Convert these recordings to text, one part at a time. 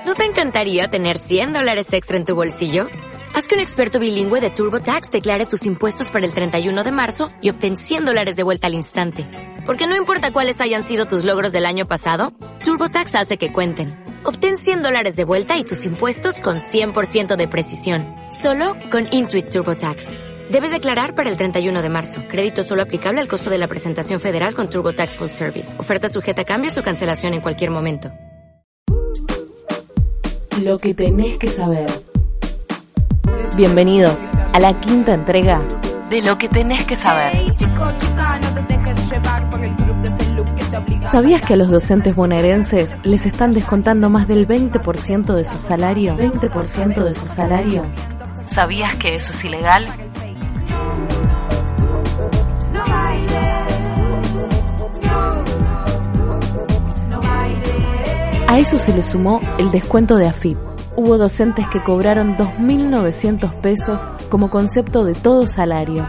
¿No te encantaría tener $100 extra en tu bolsillo? Haz que un experto bilingüe de TurboTax declare tus impuestos para el 31 de marzo y obtén $100 de vuelta al instante. Porque no importa cuáles hayan sido tus logros del año pasado, TurboTax hace que cuenten. Obtén $100 de vuelta y tus impuestos con 100% de precisión. Solo con Intuit TurboTax. Debes declarar para el 31 de marzo. Crédito solo aplicable al costo de la presentación federal con TurboTax Full Service. Oferta sujeta a cambios o cancelación en cualquier momento. Lo que tenés que saber. Bienvenidos a la quinta entrega de Lo que tenés que saber. ¿Sabías que a los docentes bonaerenses les están descontando más del 20% de su salario? ¿20% de su salario? ¿Sabías que eso es ilegal? A eso se le sumó el descuento de AFIP. Hubo docentes que cobraron 2.900 pesos como concepto de todo salario.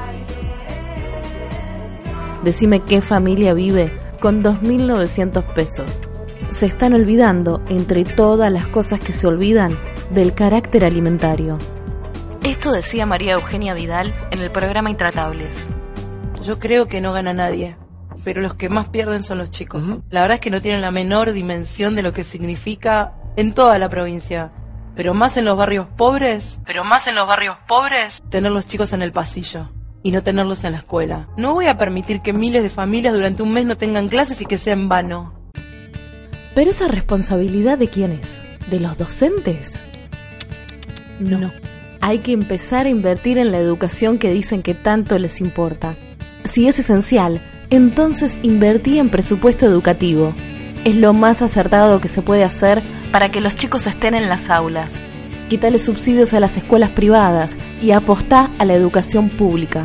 Decime qué familia vive con 2.900 pesos. Se están olvidando, entre todas las cosas que se olvidan, del carácter alimentario. Esto decía María Eugenia Vidal en el programa Intratables. Yo creo que no gana nadie, pero los que más pierden son los chicos. La verdad es que no tienen la menor dimensión de lo que significa en toda la provincia. Pero más en los barrios pobres, tener los chicos en el pasillo y no tenerlos en la escuela. No voy a permitir que miles de familias durante un mes no tengan clases y que sea en vano. ¿Pero esa responsabilidad de quién es? ¿De los docentes? No. Hay que empezar a invertir en la educación que dicen que tanto les importa. Si es esencial, entonces invertí en presupuesto educativo. Es lo más acertado que se puede hacer para que los chicos estén en las aulas. Quítale subsidios a las escuelas privadas y apostá a la educación pública.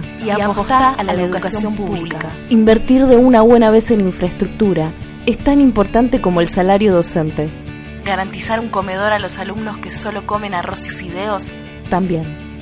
Invertir de una buena vez en infraestructura es tan importante como el salario docente. Garantizar un comedor a los alumnos que solo comen arroz y fideos también.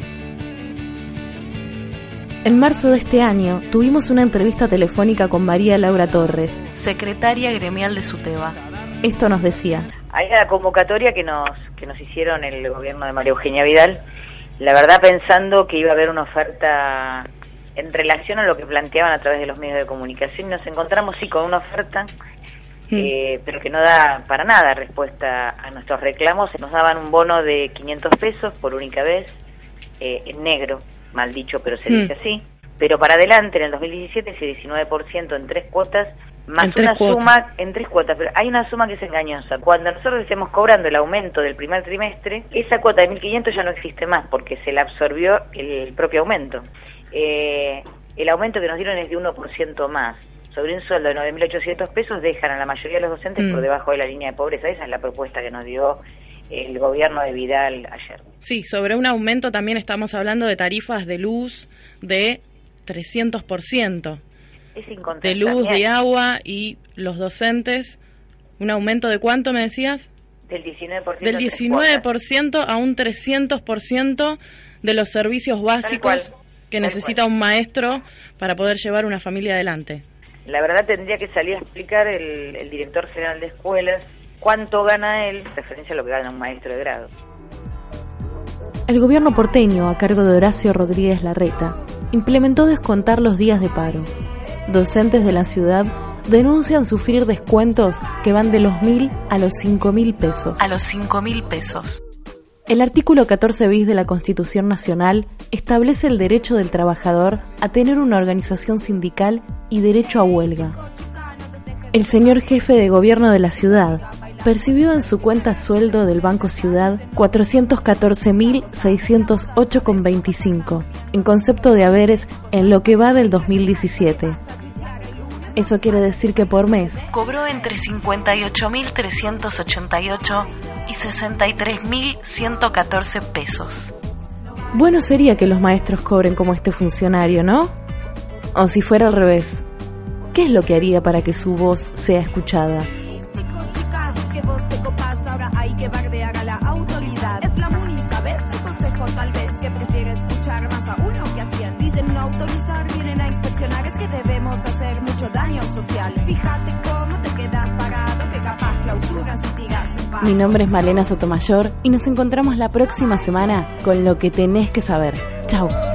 En marzo de este año tuvimos una entrevista telefónica con María Laura Torres, secretaria gremial de SUTEBA. Esto nos decía. Ahí la convocatoria que nos hicieron el gobierno de María Eugenia Vidal, la verdad pensando que iba a haber una oferta en relación a lo que planteaban a través de los medios de comunicación, nos encontramos sí con una oferta, pero que no da para nada respuesta a nuestros reclamos. Nos daban un bono de 500 pesos por única vez, en negro, mal dicho, pero se dice así, pero para adelante, en el 2017, ese 19% en 3 cuotas, más suma en 3 cuotas, pero hay una suma que es engañosa. Cuando nosotros estemos cobrando el aumento del primer trimestre, esa cuota de 1.500 ya no existe más, porque se la absorbió el propio aumento. El aumento que nos dieron es de 1% más. Sobre un sueldo de 9.800 pesos dejan a la mayoría de los docentes por debajo de la línea de pobreza. Esa es la propuesta que nos dio el gobierno de Vidal ayer. Sí, sobre un aumento también estamos hablando de tarifas de luz de 300%. Es incontrastable. De luz, de agua, y los docentes, ¿un aumento de cuánto me decías? Del 19%. Del 19% a un 300% de los servicios básicos que necesita un maestro para poder llevar una familia adelante. La verdad tendría que salir a explicar el director general de escuelas cuánto gana él, en referencia a lo que gana un maestro de grado. El gobierno porteño, a cargo de Horacio Rodríguez Larreta, implementó descontar los días de paro. Docentes de la ciudad denuncian sufrir descuentos que van de los 1.000 a los 5.000 pesos. El artículo 14 bis de la Constitución Nacional establece el derecho del trabajador a tener una organización sindical y derecho a huelga. El señor jefe de gobierno de la ciudad percibió en su cuenta sueldo del Banco Ciudad 414.608,25 en concepto de haberes en lo que va del 2017. Eso quiere decir que por mes cobró entre 58.388 y 63.114 pesos. Bueno sería que los maestros cobren como este funcionario, ¿no? O si fuera al revés, ¿qué es lo que haría para que su voz sea escuchada? Tal vez que prefiere escuchar más a uno que a 100. Dicen no autorizar, vienen a inspeccionar. Es que debemos hacer mucho daño social. Fíjate cómo te quedas parado, que capaz clausuran si digas un paso. Mi nombre es Malena Sotomayor y nos encontramos la próxima semana con lo que tenés que saber. Chau.